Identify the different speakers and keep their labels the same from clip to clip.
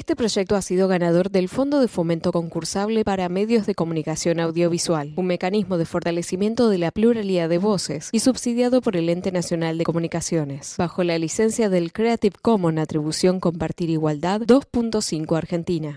Speaker 1: Este proyecto ha sido ganador del Fondo de Fomento Concursable para Medios de Comunicación Audiovisual, un mecanismo de fortalecimiento de la pluralidad de voces y subsidiado por el Ente Nacional de Comunicaciones, bajo la licencia del Creative Commons Atribución Compartir Igualdad 2.5 Argentina.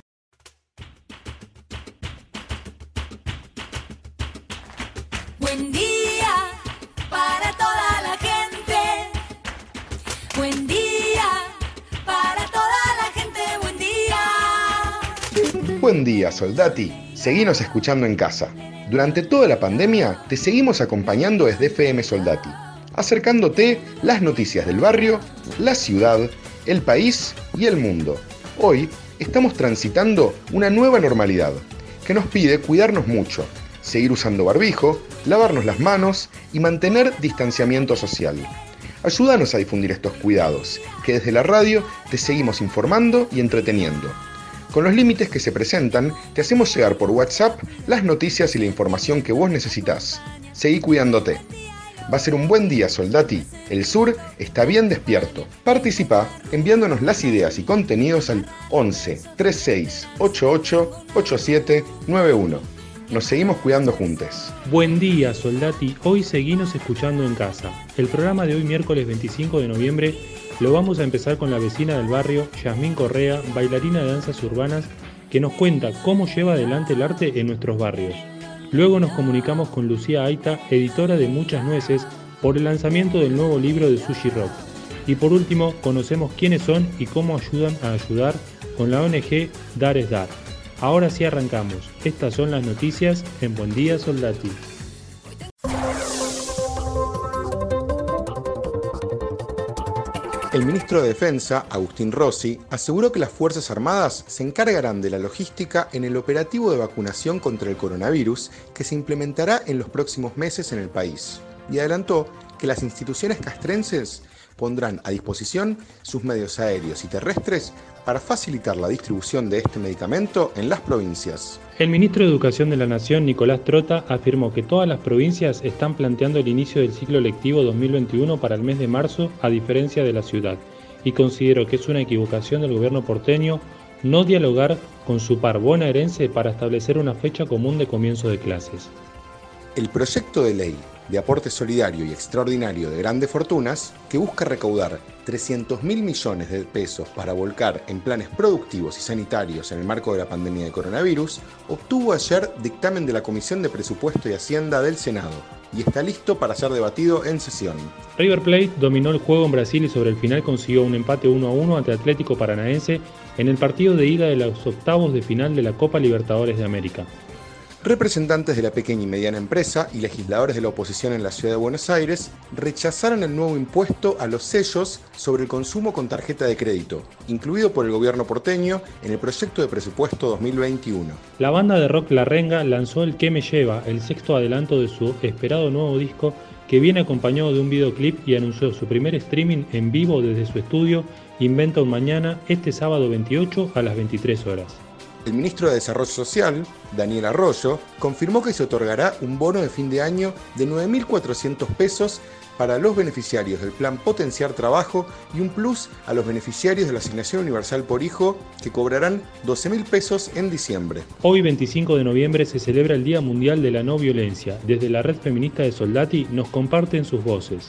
Speaker 2: Buen día para toda la gente. Buen día para toda la gente. Buen día.
Speaker 3: Buen día, soldati. Seguinos escuchando en casa. Durante toda la pandemia te seguimos acompañando desde FM Soldati, acercándote las noticias del barrio, la ciudad, el país y el mundo. Hoy estamos transitando una nueva normalidad que nos pide cuidarnos mucho, seguir usando barbijo, lavarnos las manos y mantener distanciamiento social. Ayúdanos a difundir estos cuidados, que desde la radio te seguimos informando y entreteniendo. Con los límites que se presentan, te hacemos llegar por WhatsApp las noticias y la información que vos necesitás. Seguí cuidándote. Va a ser un buen día, soldati. El sur está bien despierto. Participa enviándonos las ideas y contenidos al 11 36 88 87 91. Nos seguimos cuidando juntos.
Speaker 4: Buen día, soldati. Hoy seguimos escuchando en casa. El programa de hoy, miércoles 25 de noviembre, lo vamos a empezar con la vecina del barrio, Yasmín Correa, bailarina de danzas urbanas, que nos cuenta cómo lleva adelante el arte en nuestros barrios. Luego nos comunicamos con Lucía Aita, editora de Muchas Nueces, por el lanzamiento del nuevo libro de Sushi Rock. Y por último, conocemos quiénes son y cómo ayudan a ayudar con la ONG Dar es Dar. Ahora sí arrancamos. Estas son las noticias en Buen Día, Soldati.
Speaker 3: El ministro de Defensa, Agustín Rossi, aseguró que las Fuerzas Armadas se encargarán de la logística en el operativo de vacunación contra el coronavirus que se implementará en los próximos meses en el país. Y adelantó que las instituciones castrenses pondrán a disposición sus medios aéreos y terrestres para facilitar la distribución de este medicamento en las provincias.
Speaker 4: El ministro de Educación de la Nación, Nicolás Trota, afirmó que todas las provincias están planteando el inicio del ciclo lectivo 2021 para el mes de marzo, a diferencia de la ciudad, y consideró que es una equivocación del gobierno porteño no dialogar con su par bonaerense para establecer una fecha común de comienzo de clases.
Speaker 3: El proyecto de ley de aporte solidario y extraordinario de grandes fortunas, que busca recaudar 300.000 millones de pesos para volcar en planes productivos y sanitarios en el marco de la pandemia de coronavirus, obtuvo ayer dictamen de la Comisión de Presupuesto y Hacienda del Senado y está listo para ser debatido en sesión.
Speaker 4: River Plate dominó el juego en Brasil y sobre el final consiguió un empate 1-1 ante Atlético Paranaense en el partido de ida de los octavos de final de la Copa Libertadores de América.
Speaker 3: Representantes de la pequeña y mediana empresa y legisladores de la oposición en la ciudad de Buenos Aires rechazaron el nuevo impuesto a los sellos sobre el consumo con tarjeta de crédito, incluido por el gobierno porteño en el proyecto de presupuesto 2021.
Speaker 4: La banda de rock La Renga lanzó el ¿Qué me lleva?, el sexto adelanto de su esperado nuevo disco, que viene acompañado de un videoclip, y anunció su primer streaming en vivo desde su estudio Inventa un Mañana este sábado 28 a las 23 horas.
Speaker 3: El ministro de Desarrollo Social, Daniel Arroyo, confirmó que se otorgará un bono de fin de año de 9.400 pesos para los beneficiarios del Plan Potenciar Trabajo y un plus a los beneficiarios de la Asignación Universal por Hijo, que cobrarán 12.000 pesos en diciembre.
Speaker 4: Hoy, 25 de noviembre, se celebra el Día Mundial de la No Violencia. Desde la Red Feminista de Soldati nos comparten sus voces.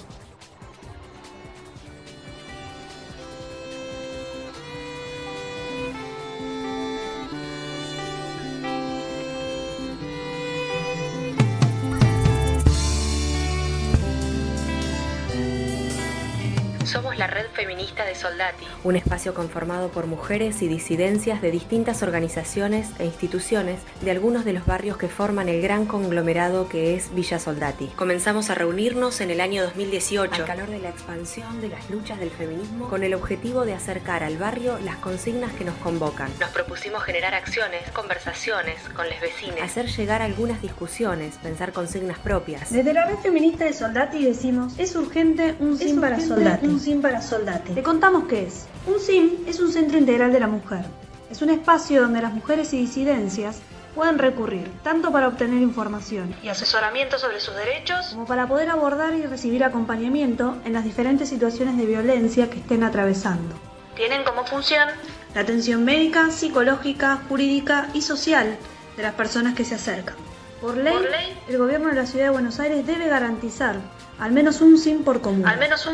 Speaker 5: Somos la Red Feminista de Soldati,
Speaker 1: un espacio conformado por mujeres y disidencias de distintas organizaciones e instituciones de algunos de los barrios que forman el gran conglomerado que es Villa Soldati. Comenzamos a reunirnos en el año 2018, al calor de la expansión de las luchas del feminismo, con el objetivo de acercar al barrio las consignas que nos convocan.
Speaker 5: Nos propusimos generar acciones, conversaciones con les vecines,
Speaker 1: hacer llegar algunas discusiones, pensar consignas propias.
Speaker 6: Desde la Red Feminista de Soldati decimos, es urgente un SIM para Soldati. Un SIM para Soldati. Te contamos qué es. Un SIM es un centro integral de la mujer. Es un espacio donde las mujeres y disidencias pueden recurrir tanto para obtener información
Speaker 5: y asesoramiento sobre sus derechos,
Speaker 6: como para poder abordar y recibir acompañamiento en las diferentes situaciones de violencia que estén atravesando.
Speaker 5: Tienen como función
Speaker 6: la atención médica, psicológica, jurídica y social de las personas que se acercan. Por ley, el gobierno de la Ciudad de Buenos Aires debe garantizar al menos un SIM por comuna.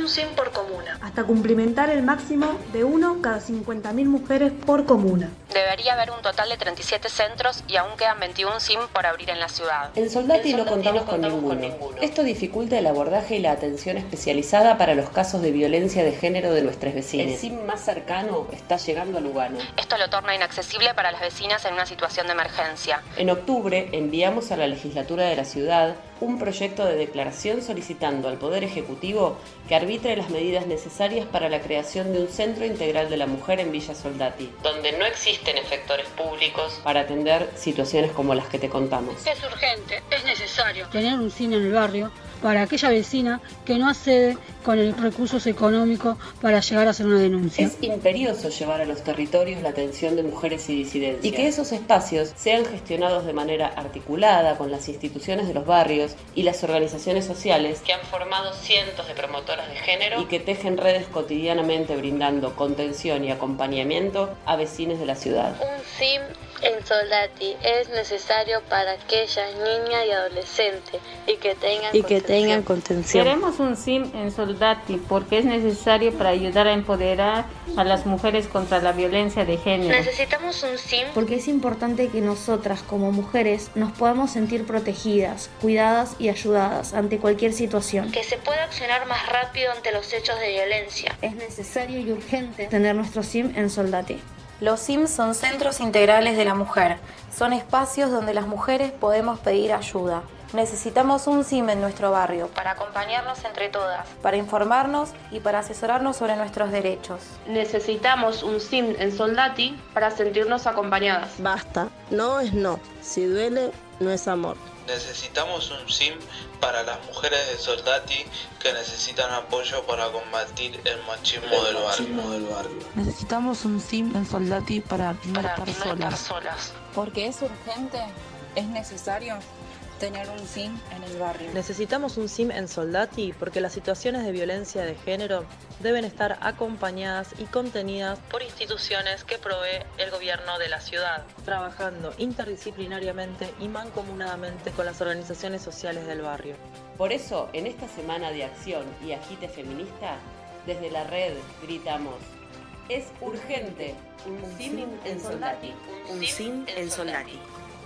Speaker 6: Hasta cumplimentar el máximo de uno cada 50.000 mujeres por comuna.
Speaker 5: Debería haber un total de 37 centros y aún quedan 21 SIM por abrir en la ciudad.
Speaker 1: En Soldati no contamos con ninguno. Esto dificulta el abordaje y la atención especializada para los casos de violencia de género de nuestras vecinas. El SIM más cercano está llegando a Lugano.
Speaker 5: Esto lo torna inaccesible para las vecinas en una situación de emergencia.
Speaker 1: En octubre enviamos a la legislatura de la ciudad un proyecto de declaración solicitando al Poder Ejecutivo que arbitre las medidas necesarias para la creación de un centro integral de la mujer en Villa Soldati, donde no existen efectores públicos para atender situaciones como las que te contamos.
Speaker 7: Es urgente, es necesario tener un cine en el barrio para aquella vecina que no accede con el recursos económicos para llegar a hacer una denuncia.
Speaker 1: Es imperioso llevar a los territorios la atención de mujeres y disidencias y que esos espacios sean gestionados de manera articulada con las instituciones de los barrios y las organizaciones sociales que han formado cientos de promotoras de género y que tejen redes cotidianamente brindando contención y acompañamiento a vecinos de la ciudad.
Speaker 8: Un SIM en Soldati es necesario para aquellas niñas y adolescentes y que tengan contención.
Speaker 9: Queremos un SIM en Soldati porque es necesario para ayudar a empoderar a las mujeres contra la violencia de género.
Speaker 8: Necesitamos un SIM
Speaker 10: porque es importante que nosotras como mujeres nos podamos sentir protegidas, cuidadas y ayudadas ante cualquier situación.
Speaker 8: que se pueda accionar más rápido ante los hechos de violencia.
Speaker 10: Es necesario y urgente tener nuestro SIM en Soldati.
Speaker 11: Los SIM son centros integrales de la mujer. Son espacios donde las mujeres podemos pedir ayuda. Necesitamos un SIM en nuestro barrio
Speaker 5: para acompañarnos entre todas.
Speaker 11: para informarnos y para asesorarnos sobre nuestros derechos.
Speaker 9: Necesitamos un SIM en Soldati para sentirnos acompañadas.
Speaker 12: Basta, no es no. Si duele, no es amor.
Speaker 13: Necesitamos un SIM para las mujeres de Soldati que necesitan apoyo para combatir el machismo del barrio.
Speaker 14: Necesitamos un SIM en Soldati para no estar
Speaker 5: solas.
Speaker 15: Porque es urgente, es necesario tener un SIM en el barrio.
Speaker 16: Necesitamos un SIM en Soldati porque las situaciones de violencia de género deben estar acompañadas y contenidas por instituciones que provee el gobierno de la ciudad, trabajando interdisciplinariamente y mancomunadamente con las organizaciones sociales del barrio.
Speaker 1: Por eso, en esta semana de acción y agite feminista, desde la red gritamos: es urgente un SIM en Soldati.
Speaker 5: Un SIM en Soldati.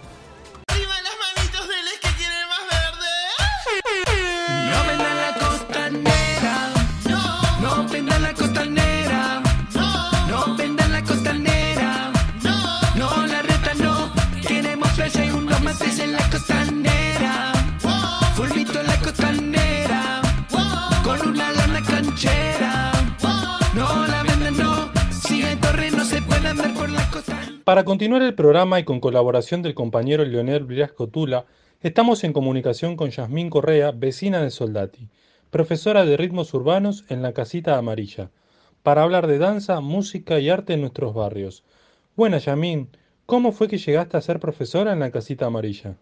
Speaker 17: No vendan la costanera, no vendan la costanera, no vendan la costanera, no la reta no, queremos playa y unos mates en la costanera, fulbito en la costanera, con una lana canchera, no la vendan no, sigue torre no se pueden ver por la costanera.
Speaker 4: Para continuar el programa y con colaboración del compañero Leonel Briasco Tula, estamos en comunicación con Yasmín Correa, vecina de Soldati, profesora de ritmos urbanos en la Casita Amarilla, para hablar de danza, música y arte en nuestros barrios. Buenas, Yasmín, ¿cómo fue que llegaste a ser profesora en la Casita Amarilla?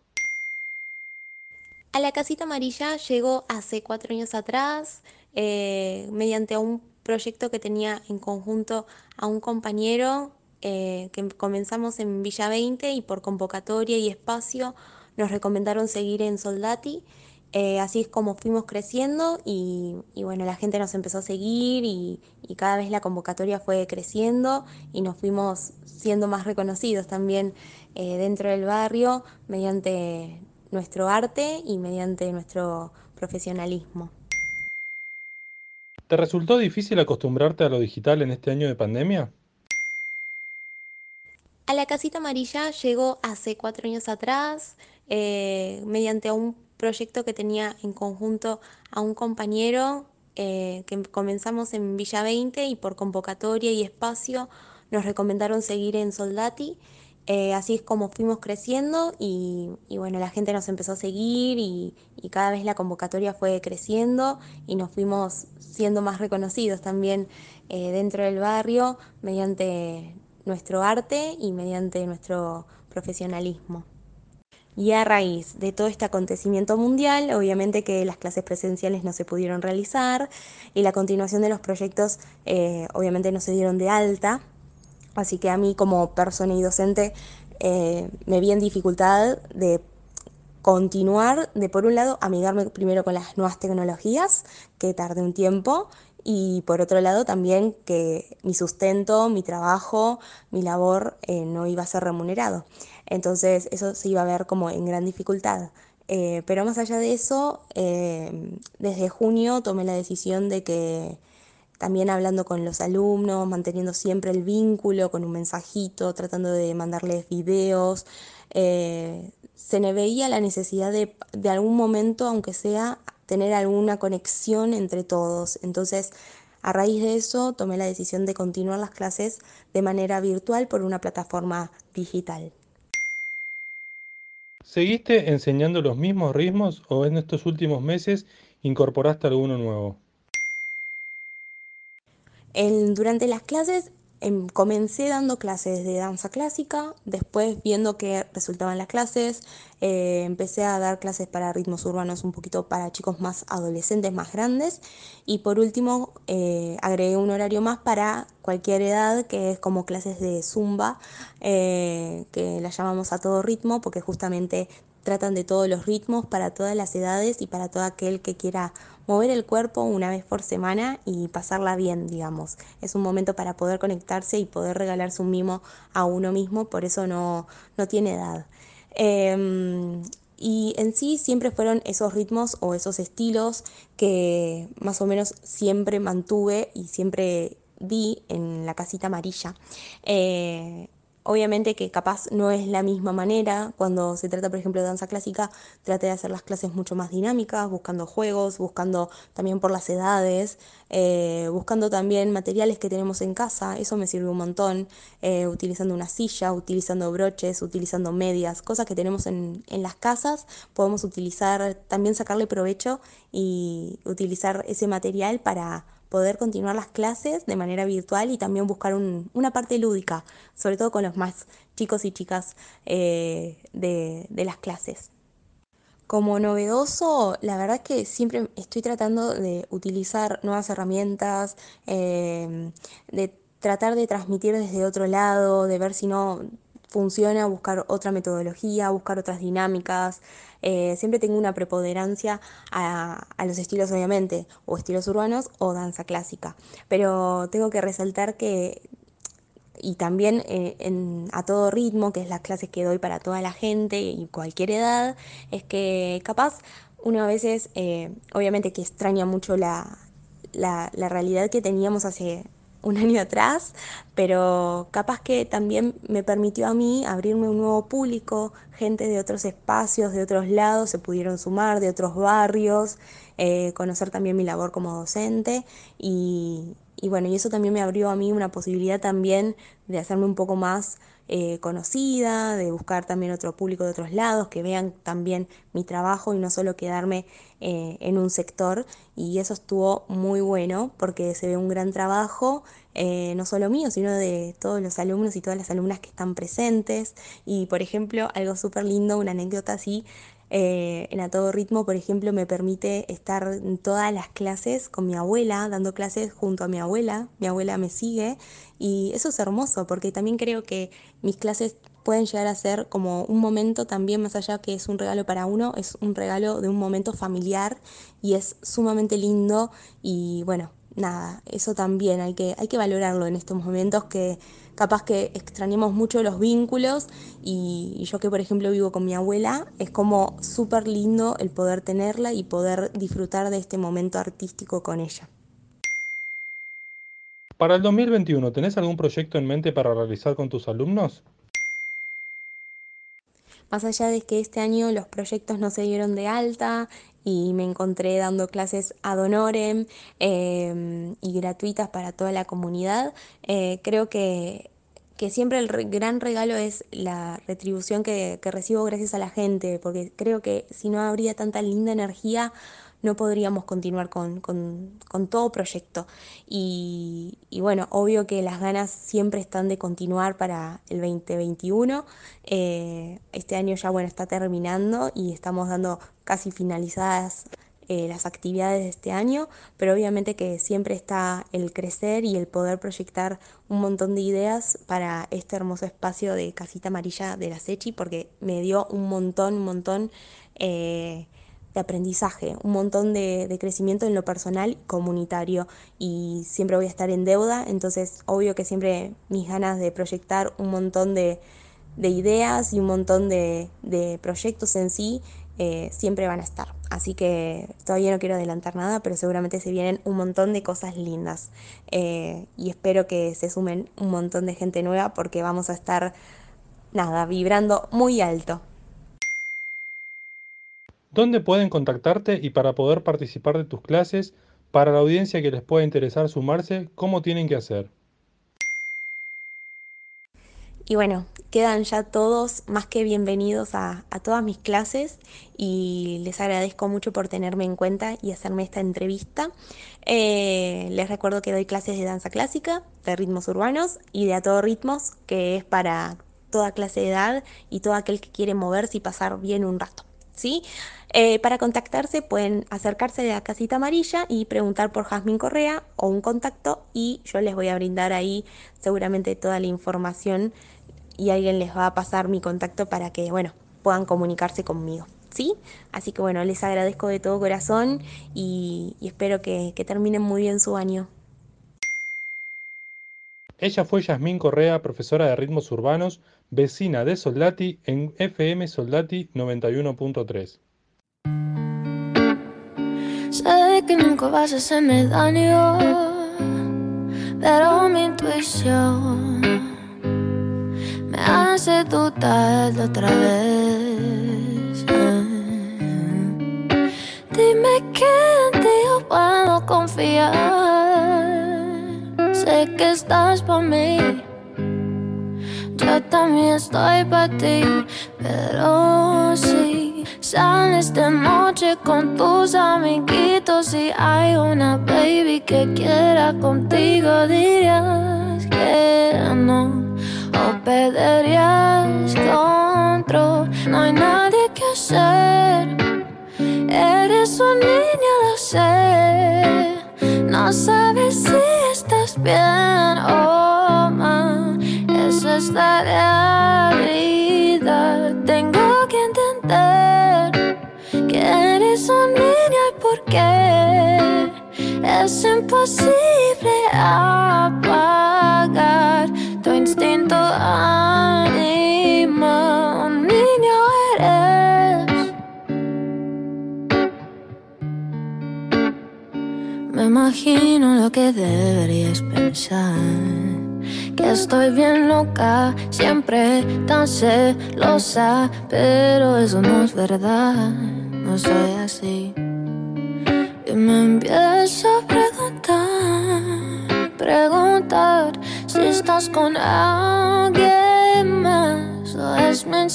Speaker 18: A la Casita Amarilla llegó hace 4 años atrás, mediante un proyecto que tenía en conjunto a un compañero que comenzamos en Villa 20 y por convocatoria y espacio nos recomendaron seguir en Soldati. Así es como fuimos creciendo y bueno, la gente nos empezó a seguir y cada vez la convocatoria fue creciendo y nos fuimos siendo más reconocidos también dentro del barrio mediante nuestro arte y mediante nuestro profesionalismo.
Speaker 4: ¿Te resultó difícil acostumbrarte a lo digital en este año de pandemia?
Speaker 18: A la Casita Amarilla llegó hace 4 años atrás, mediante un proyecto que tenía en conjunto a un compañero que comenzamos en Villa 20 y por convocatoria y espacio nos recomendaron seguir en Soldati. Así es como fuimos creciendo y bueno, la gente nos empezó a seguir y cada vez la convocatoria fue creciendo y nos fuimos siendo más reconocidos también dentro del barrio mediante nuestro arte y mediante nuestro profesionalismo. Y a raíz de todo este acontecimiento mundial, obviamente que las clases presenciales no se pudieron realizar y la continuación de los proyectos obviamente no se dieron de alta. Así que a mí como persona y docente me vi en dificultad de continuar, de por un lado amigarme primero con las nuevas tecnologías, que tardé un tiempo, y por otro lado también que mi sustento, mi trabajo, mi labor no iba a ser remunerado. Entonces eso se iba a ver como en gran dificultad. Pero más allá de eso, desde junio tomé la decisión de que también hablando con los alumnos, manteniendo siempre el vínculo con un mensajito, tratando de mandarles videos, se me veía la necesidad de algún momento, aunque sea, tener alguna conexión entre todos. Entonces, a raíz de eso, tomé la decisión de continuar las clases de manera virtual por una plataforma digital.
Speaker 4: ¿Seguiste enseñando los mismos ritmos o en estos últimos meses incorporaste alguno nuevo?
Speaker 18: Durante las clases comencé dando clases de danza clásica, después viendo que resultaban las clases, empecé a dar clases para ritmos urbanos un poquito para chicos más adolescentes, más grandes, y por último agregué un horario más para cualquier edad, que es como clases de zumba, que las llamamos a todo ritmo, porque justamente tratan de todos los ritmos para todas las edades y para todo aquel que quiera mover el cuerpo una vez por semana y pasarla bien, digamos. Es un momento para poder conectarse y poder regalarse un mimo a uno mismo, por eso no tiene edad. Y en sí siempre fueron esos ritmos o esos estilos que más o menos siempre mantuve y siempre di en la casita amarilla. Obviamente que capaz no es la misma manera. Cuando se trata, por ejemplo, de danza clásica, traté de hacer las clases mucho más dinámicas, buscando juegos, buscando también por las edades, buscando también materiales que tenemos en casa. Eso me sirve un montón, utilizando una silla, utilizando broches, utilizando medias, cosas que tenemos en las casas. Podemos utilizar, también sacarle provecho y utilizar ese material para poder continuar las clases de manera virtual y también buscar una parte lúdica, sobre todo con los más chicos y chicas de las clases. Como novedoso, la verdad es que siempre estoy tratando de utilizar nuevas herramientas, de tratar de transmitir desde otro lado, de ver si no funciona, buscar otra metodología, buscar otras dinámicas. Siempre tengo una preponderancia a los estilos, obviamente, o estilos urbanos o danza clásica. Pero tengo que resaltar que y también a todo ritmo, que es las clases que doy para toda la gente y cualquier edad, es que capaz uno a veces, obviamente que extraña mucho la realidad que teníamos hace un año atrás, pero capaz que también me permitió a mí abrirme un nuevo público, gente de otros espacios, de otros lados, se pudieron sumar, de otros barrios, conocer también mi labor como docente y bueno, y eso también me abrió a mí una posibilidad también de hacerme un poco más conocida, de buscar también otro público de otros lados, que vean también mi trabajo y no solo quedarme en un sector. Y eso estuvo muy bueno porque se ve un gran trabajo, no solo mío, sino de todos los alumnos y todas las alumnas que están presentes. Y por ejemplo, algo súper lindo, una anécdota así, en A Todo Ritmo, por ejemplo, me permite estar en todas las clases con mi abuela, dando clases junto a mi abuela me sigue y eso es hermoso porque también creo que mis clases pueden llegar a ser como un momento también, más allá que es un regalo para uno, es un regalo de un momento familiar y es sumamente lindo y bueno, nada, eso también hay que valorarlo en estos momentos que capaz que extrañemos mucho los vínculos y yo que por ejemplo vivo con mi abuela, es como súper lindo el poder tenerla y poder disfrutar de este momento artístico con ella.
Speaker 4: Para el 2021, ¿tenés algún proyecto en mente para realizar con tus alumnos?
Speaker 18: Más allá de que este año los proyectos no se dieron de alta y me encontré dando clases ad honorem y gratuitas para toda la comunidad, creo que siempre el gran regalo es la retribución que recibo gracias a la gente, porque creo que si no habría tanta linda energía, no podríamos continuar con todo proyecto. Y bueno, obvio que las ganas siempre están de continuar para el 2021. Este año ya, bueno, está terminando y estamos dando casi finalizadas las actividades de este año, pero obviamente que siempre está el crecer y el poder proyectar un montón de ideas para este hermoso espacio de Casita Amarilla de la Sechi, porque me dio un montón de aprendizaje, un montón de crecimiento en lo personal y comunitario, y siempre voy a estar en deuda, entonces obvio que siempre mis ganas de proyectar un montón de ideas y un montón de proyectos en sí siempre van a estar. Así que todavía no quiero adelantar nada, pero seguramente se vienen un montón de cosas lindas y espero que se sumen un montón de gente nueva porque vamos a estar, vibrando muy alto.
Speaker 4: ¿Dónde pueden contactarte y para poder participar de tus clases? Para la audiencia que les pueda interesar sumarse, ¿cómo tienen que hacer?
Speaker 18: Y bueno, quedan ya todos más que bienvenidos a todas mis clases y les agradezco mucho por tenerme en cuenta y hacerme esta entrevista. Les recuerdo que doy clases de danza clásica, de ritmos urbanos y de a todo ritmos, que es para toda clase de edad y todo aquel que quiere moverse y pasar bien un rato, ¿sí? Para contactarse pueden acercarse a Casita Amarilla y preguntar por Jazmín Correa o un contacto y yo les voy a brindar ahí seguramente toda la información y alguien les va a pasar mi contacto para que, bueno, puedan comunicarse conmigo, ¿sí? Así que, bueno, les agradezco de todo corazón y espero que terminen muy bien su año.
Speaker 4: Ella fue Jazmín Correa, profesora de ritmos urbanos, vecina de Soldati en FM Soldati 91.3.
Speaker 19: Sé que nunca vas a hacerme daño, pero mi intuición me hace dudar de otra vez. Dime que en ti yo puedo confiar. Sé que estás por mí, yo también estoy para ti. Pero si sales de noche con tus amiguitos y hay una baby que quiera contigo, dirías que no. O pedirías control, no hay nadie que hacer. Eres un niño, lo sé. No sabes si estás bien o mal. Esa es la realidad. Tengo que entender que eres un niño y por qué es imposible apagar tu instinto animal. Un niño eres. Me imagino lo que deberías pensar, que estoy bien loca, siempre tan celosa, pero eso no es verdad, no soy así. Y me empiezo a preguntar si estás con alguien más o es mi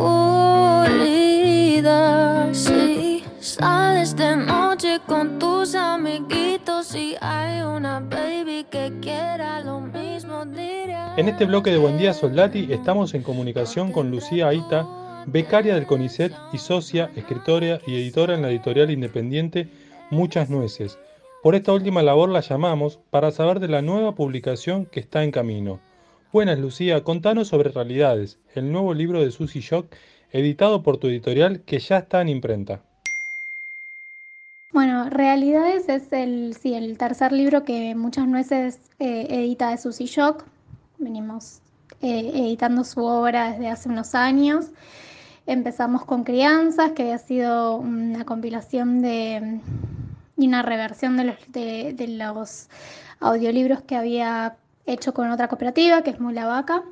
Speaker 19: inseguridad. Si sales de noche con tus amiguitos y hay una baby que quiera lo mismo, diría.
Speaker 4: En este bloque de Buen Día Soldati estamos en comunicación con Lucía Aita, becaria del CONICET y socia, escritora y editora en la editorial independiente Muchas Nueces. Por esta última labor la llamamos para saber de la nueva publicación que está en camino. Buenas, Lucía, contanos sobre Realidades, el nuevo libro de Susie Shock, editado por tu editorial que ya está en imprenta.
Speaker 20: Bueno, Realidades es el tercer libro que Muchas Nueces edita de Susie Shock. Venimos editando su obra desde hace unos años. Empezamos con Crianzas, que había sido una compilación y una reversión de los audiolibros que había hecho con otra cooperativa, que es Mula Vaca.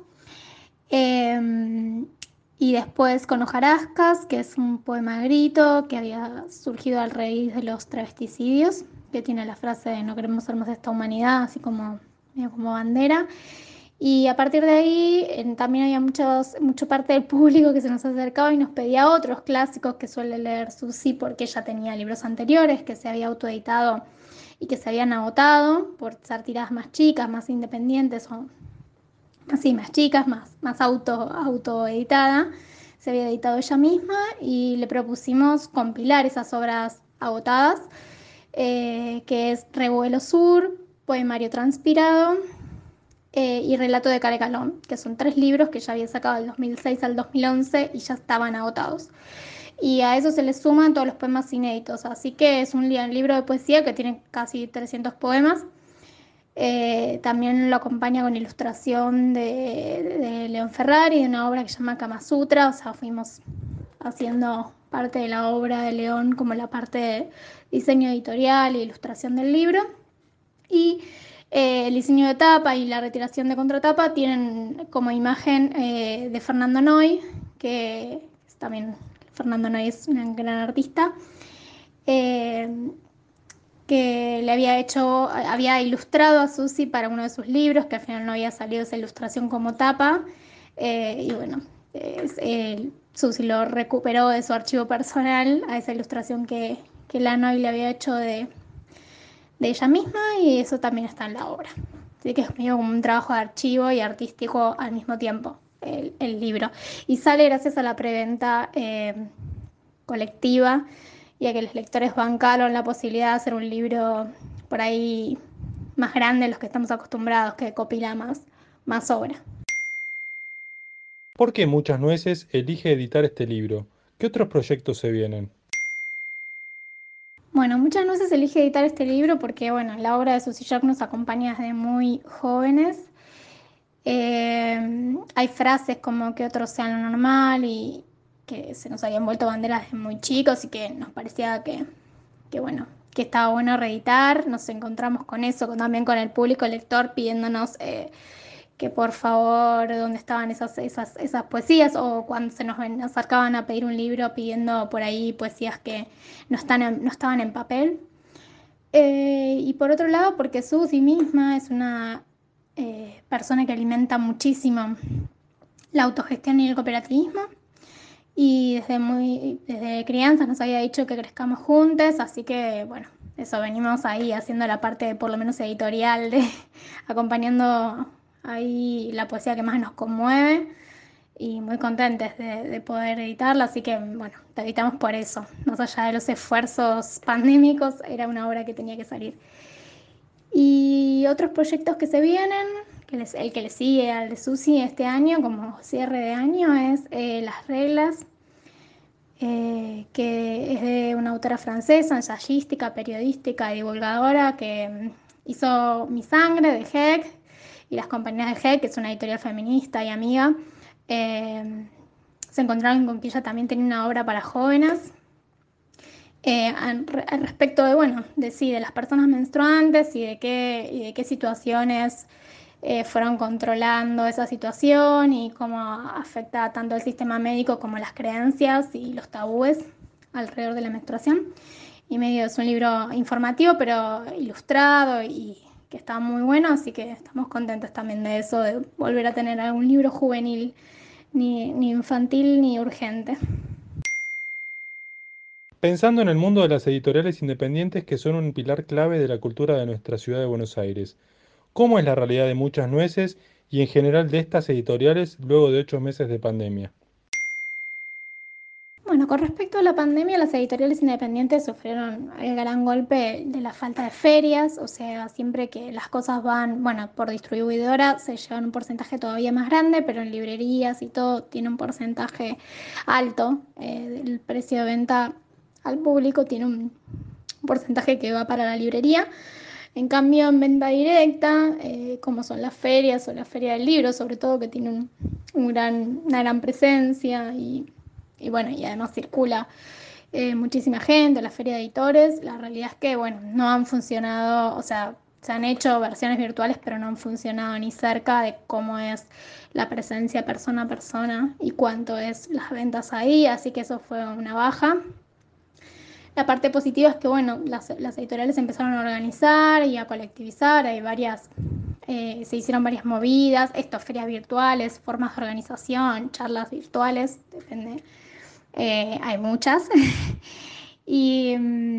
Speaker 20: Y después con Hojarascas, que es un poema a grito que había surgido a raíz de los travesticidios, que tiene la frase de no queremos ser más esta humanidad, así como bandera. Y a partir de ahí también había mucha parte del público que se nos acercaba y nos pedía otros clásicos que suele leer Susi, porque ella tenía libros anteriores que se había autoeditado y que se habían agotado por ser tiradas más chicas, más independientes o así, más chicas, más autoeditada. Se había editado ella misma y le propusimos compilar esas obras agotadas, que es Revuelo Sur, Poemario Transpirado y Relato de Carecalón, que son 3 libros que ya había sacado del 2006 al 2011 y ya estaban agotados. Y a eso se le suman todos los poemas inéditos, así que es un libro de poesía que tiene casi 300 poemas. También lo acompaña con ilustración de León Ferrari, de una obra que se llama Kama Sutra, o sea, fuimos haciendo parte de la obra de León como la parte de diseño editorial e ilustración del libro. Y el diseño de tapa y la retiración de contratapa tienen como imagen de Fernando Noy, que también Fernando Noy es un gran artista, que había ilustrado a Susi para uno de sus libros, que al final no había salido esa ilustración como tapa, y bueno, Susi lo recuperó de su archivo personal a esa ilustración que la Noy le había hecho de ella misma, y eso también está en la obra. Así que es medio como un trabajo de archivo y artístico al mismo tiempo, el libro. Y sale gracias a la preventa colectiva y a que los lectores bancaron la posibilidad de hacer un libro por ahí más grande de los que estamos acostumbrados, que copila más obra.
Speaker 4: ¿Por qué Muchas Nueces elige editar este libro? ¿Qué otros proyectos se vienen?
Speaker 20: Bueno, Muchas Nueces elige editar este libro porque, bueno, la obra de Susi York nos acompaña desde muy jóvenes. Hay frases como que otros sean lo normal y que se nos habían vuelto banderas desde muy chicos y que nos parecía que estaba bueno reeditar. Nos encontramos con eso, también con el público lector pidiéndonos que por favor, dónde estaban esas poesías, o cuando se nos acercaban a pedir un libro pidiendo por ahí poesías que no estaban en papel. Y por otro lado, porque Susi misma es una persona que alimenta muchísimo la autogestión y el cooperativismo, y desde crianza nos había dicho que crezcamos juntos, así que bueno, eso, venimos ahí haciendo la parte por lo menos editorial, de acompañando ahí la poesía que más nos conmueve, y muy contentes de poder editarla, así que bueno, la editamos por eso, más allá de los esfuerzos pandémicos, era una obra que tenía que salir. Y otros proyectos que se vienen, el que le sigue al de Susi este año como cierre de año, es Las Reglas, que es de una autora francesa, ensayística, periodística y divulgadora, que hizo Mi Sangre de Heck y Las Compañías de Heck, que es una editorial feminista y amiga. Se encontraron con que ella también tenía una obra para jóvenes, al respecto de las personas menstruantes y de qué situaciones fueron controlando esa situación y cómo afecta tanto el sistema médico como las creencias y los tabúes alrededor de la menstruación. Y medio es un libro informativo pero ilustrado y que está muy bueno, así que estamos contentos también de eso, de volver a tener algún libro juvenil, ni infantil ni urgente.
Speaker 4: Pensando en el mundo de las editoriales independientes que son un pilar clave de la cultura de nuestra ciudad de Buenos Aires, ¿cómo es la realidad de Muchas Nueces y en general de estas editoriales luego de 8 meses de pandemia?
Speaker 20: Bueno, con respecto a la pandemia, las editoriales independientes sufrieron el gran golpe de la falta de ferias, o sea, siempre que las cosas van, por distribuidora se llevan un porcentaje todavía más grande, pero en librerías y todo tiene un porcentaje alto del precio de venta al público, tiene un porcentaje que va para la librería. En cambio, en venta directa, como son las ferias o la Feria del Libro, sobre todo, que tiene una gran presencia y además circula muchísima gente, la Feria de Editores, la realidad es que no han funcionado, o sea, se han hecho versiones virtuales, pero no han funcionado ni cerca de cómo es la presencia persona a persona y cuánto es las ventas ahí, así que eso fue una baja. La parte positiva es que las editoriales empezaron a organizar y a colectivizar, hay varias se hicieron varias movidas, ferias virtuales, formas de organización, charlas virtuales, depende, hay muchas. Y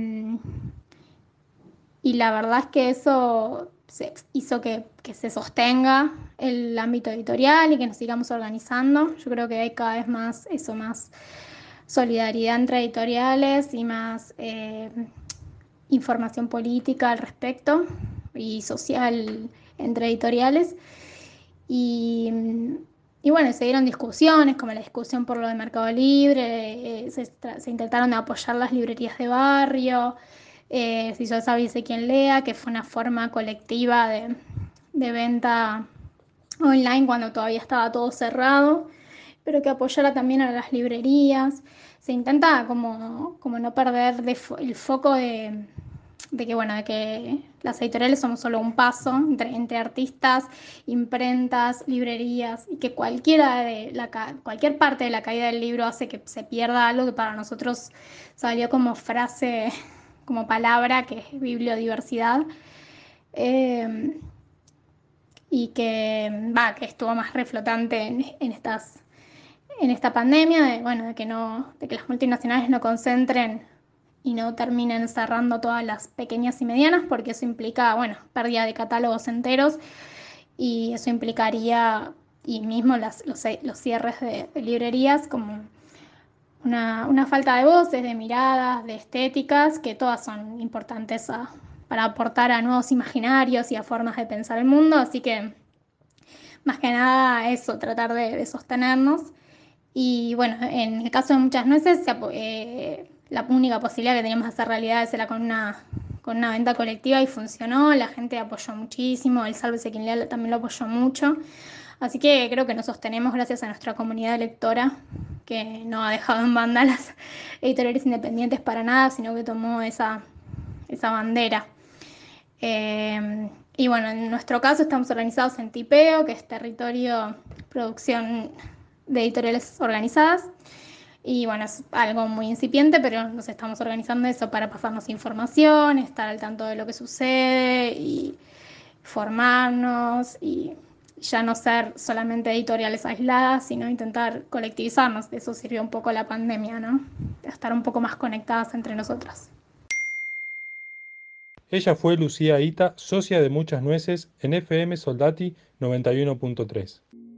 Speaker 20: la verdad es que eso hizo que se sostenga el ámbito editorial y que nos sigamos organizando. Yo creo que hay cada vez más solidaridad entre editoriales y más información política al respecto y social entre editoriales. Y bueno, se dieron discusiones, como la discusión por lo de Mercado Libre, se intentaron apoyar las librerías de barrio, se hizo Sábese quien lea, que fue una forma colectiva de venta online cuando todavía estaba todo cerrado, pero que apoyara también a las librerías. Se intenta como no perder el foco de que las editoriales somos solo un paso entre artistas, imprentas, librerías, y que cualquier parte de la caída del libro hace que se pierda algo que para nosotros salió como frase, como palabra, que es bibliodiversidad, y que estuvo más reflotante en esta pandemia, de que las multinacionales no concentren y no terminen cerrando todas las pequeñas y medianas, porque eso implica, pérdida de catálogos enteros, y eso implicaría, y mismo los cierres de librerías, como una falta de voces, de miradas, de estéticas, que todas son importantes para aportar a nuevos imaginarios y a formas de pensar el mundo. Así que, más que nada, eso, tratar de sostenernos. Y bueno, en el caso de Muchas Nueces, la única posibilidad que teníamos de hacer realidad era con una venta colectiva, y funcionó. La gente apoyó muchísimo, el Sálvese quien lea también lo apoyó mucho. Así que creo que nos sostenemos gracias a nuestra comunidad lectora, que no ha dejado en banda las editoriales independientes para nada, sino que tomó esa bandera. Y bueno, en nuestro caso estamos organizados en Tipeo, que es Territorio Producción de Editoriales Organizadas. Y bueno, es algo muy incipiente, pero nos estamos organizando eso para pasarnos información, estar al tanto de lo que sucede y formarnos, y ya no ser solamente editoriales aisladas, sino intentar colectivizarnos. De eso sirvió un poco la pandemia, ¿no? De estar un poco más conectadas entre nosotras.
Speaker 4: Ella fue Lucía Ita, socia de Muchas Nueces en FM Soldati 91.3.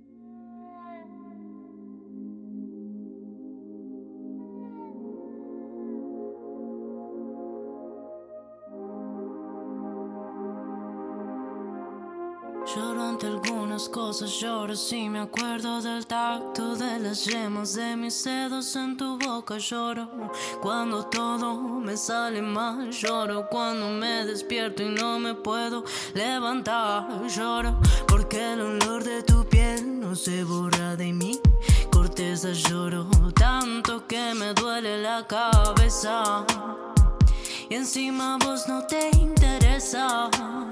Speaker 21: Lloro ante algunas cosas, lloro si me acuerdo del tacto de las yemas de mis dedos en tu boca. Lloro cuando todo me sale mal, lloro cuando me despierto y no me puedo levantar. Lloro porque el olor de tu piel no se borra de mi corteza. Lloro tanto que me duele la cabeza, y encima vos no te interesa.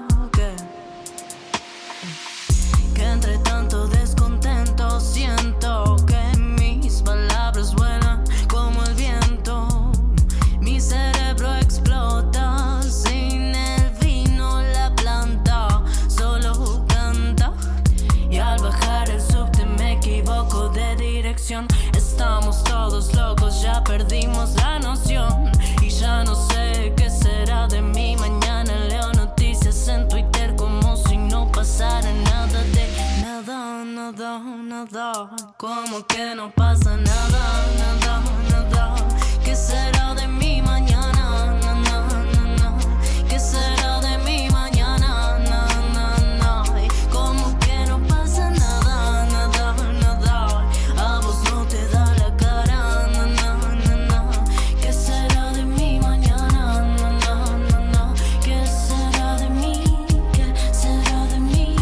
Speaker 21: Que entre tanto descontento siento que mis palabras vuelan como el viento. Mi cerebro explota, sin el vino la planta solo canta. Y al bajar el subte me equivoco de dirección. Estamos todos locos, ya perdimos la noción. Y ya no sé qué será de mí mañana. Leo noticias en Twitter como si no pasara nada de nada, nada, nada. Como que no pasa nada, nada, nada. ¿Qué será de mí mañana? Na, na, na, na. ¿Qué será de mí mañana? Na, na, na. Como que no pasa nada, nada, nada. A vos no te da la cara, na, na, na, na. ¿Qué será de mí mañana? Na, na, na, na. ¿Qué será de mí? ¿Qué será de mí?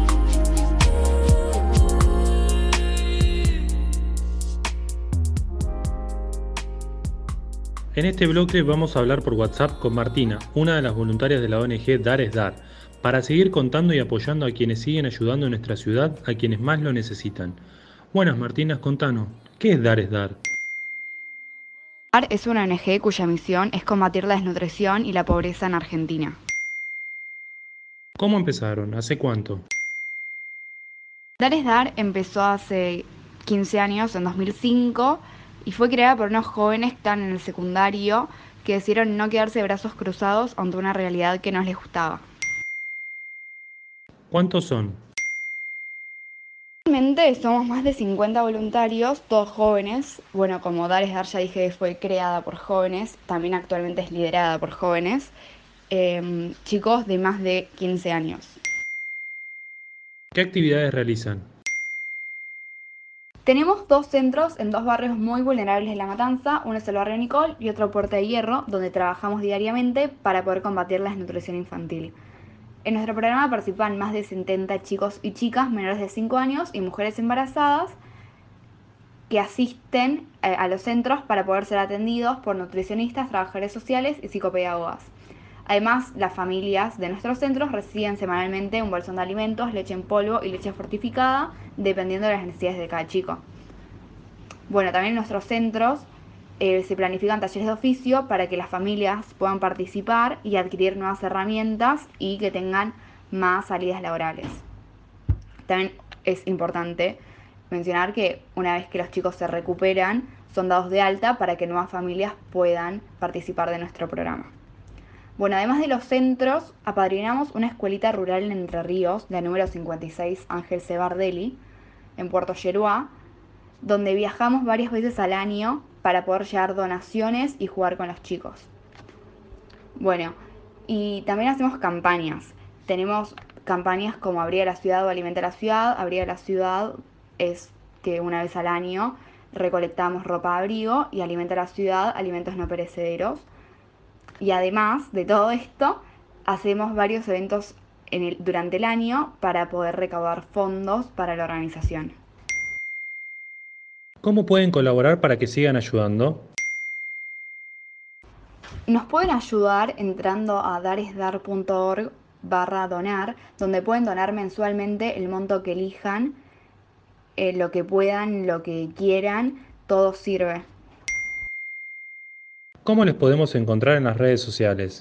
Speaker 4: En este bloque vamos a hablar por WhatsApp con Martina, una de las voluntarias de la ONG Dar es Dar, para seguir contando y apoyando a quienes siguen ayudando en nuestra ciudad, a quienes más lo necesitan. Buenas, Martina, contanos, ¿qué es Dar es Dar?
Speaker 22: DAR es una ONG cuya misión es combatir la desnutrición y la pobreza en Argentina.
Speaker 4: ¿Cómo empezaron? ¿Hace cuánto?
Speaker 22: Dar es Dar empezó hace 15 años, en 2005, y fue creada por unos jóvenes que están en el secundario que decidieron no quedarse de brazos cruzados ante una realidad que no les gustaba.
Speaker 4: ¿Cuántos son?
Speaker 22: Actualmente somos más de 50 voluntarios, todos jóvenes. Bueno, como Dar es Dar ya dije que fue creada por jóvenes, también actualmente es liderada por jóvenes, chicos de más de 15 años.
Speaker 4: ¿Qué actividades realizan?
Speaker 22: Tenemos 2 centros en 2 barrios muy vulnerables de La Matanza, uno es el barrio Nicol y otro Puerta de Hierro, donde trabajamos diariamente para poder combatir la desnutrición infantil. En nuestro programa participan más de 70 chicos y chicas menores de 5 años y mujeres embarazadas que asisten a los centros para poder ser atendidos por nutricionistas, trabajadores sociales y psicopedagogas. Además, las familias de nuestros centros reciben semanalmente un bolsón de alimentos, leche en polvo y leche fortificada, dependiendo de las necesidades de cada chico. Bueno, también en nuestros centros se planifican talleres de oficio para que las familias puedan participar y adquirir nuevas herramientas y que tengan más salidas laborales. También es importante mencionar que una vez que los chicos se recuperan, son dados de alta para que nuevas familias puedan participar de nuestro programa. Bueno, además de los centros, apadrinamos una escuelita rural en Entre Ríos, la número 56 Ángel C. Bardelli, en Puerto Yeruá, donde viajamos varias veces al año para poder llevar donaciones y jugar con los chicos. Bueno, y también hacemos campañas. Tenemos campañas como Abriga la Ciudad o Alimenta la Ciudad. Abriga la Ciudad es que una vez al año recolectamos ropa de abrigo y Alimenta la Ciudad, alimentos no perecederos. Y además de todo esto, hacemos varios eventos durante el año para poder recaudar fondos para la organización.
Speaker 4: ¿Cómo pueden colaborar para que sigan ayudando?
Speaker 22: Nos pueden ayudar entrando a daresdar.org/donar, donde pueden donar mensualmente el monto que elijan, lo que puedan, lo que quieran, todo sirve.
Speaker 4: ¿Cómo les podemos encontrar en las redes sociales?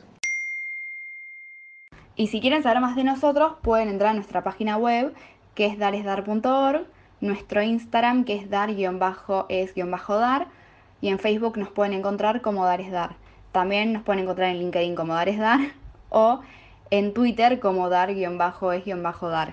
Speaker 22: Y si quieren saber más de nosotros, pueden entrar a nuestra página web, que es daresdar.org, nuestro Instagram, que es dar-es-dar, y en Facebook nos pueden encontrar como daresdar. También nos pueden encontrar en LinkedIn como daresdar o en Twitter como dar-es-dar.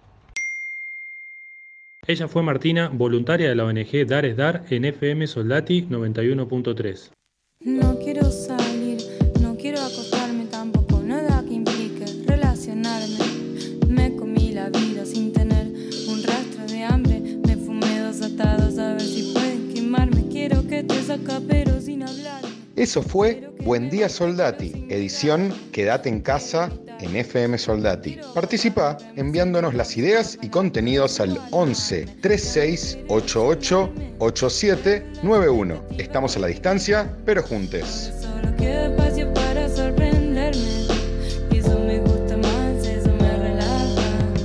Speaker 4: Ella fue Martina, voluntaria de la ONG Dar es Dar en FM Soldati 91.3.
Speaker 2: No quiero salir, no quiero acostarme tampoco, nada que implique relacionarme. Me comí la vida sin tener un rastro de hambre. Me fumé 2 atados a ver si pueden quemarme. Quiero que estés acá pero sin hablar.
Speaker 3: Eso fue Buen Día Soldati, edición Quédate en Casa en FM Soldati. Participa enviándonos las ideas y contenidos al 11 36 88 87 91. Estamos a la distancia, pero juntes.
Speaker 2: Solo queda espacio para sorprenderme. Y eso me gusta más, eso me relaja.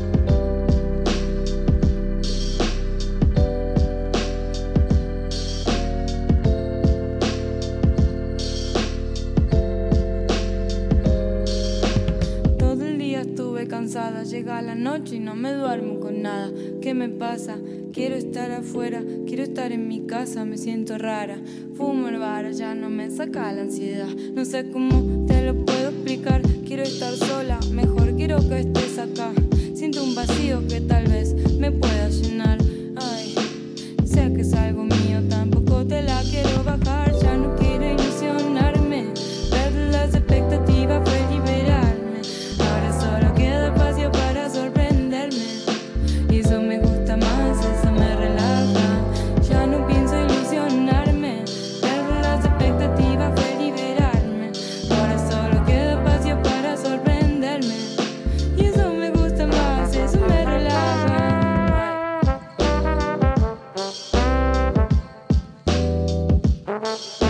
Speaker 2: Todo el día estuve cansada, llega la noche y no me duermo con nada. ¿Qué me pasa? Quiero estar afuera, quiero estar en mi casa, me siento rara. Fumo el vara, ya no me saca la ansiedad. No sé cómo te lo puedo explicar. Quiero estar sola, mejor quiero que estés acá. Siento un vacío que tal vez me pueda llenar. Ay, sé que es algo mío, tampoco te la quiero bajar. Ya no quiero ilusionarme, perder las expectativas fue liberarme. Ahora solo queda espacio para sorprenderme. Y eso me gusta más, eso me relaja. Ya no pienso ilusionarme, perder las expectativas fue liberarme. Ahora solo queda espacio para sorprenderme. Y eso me gusta más, eso me relaja. Ay.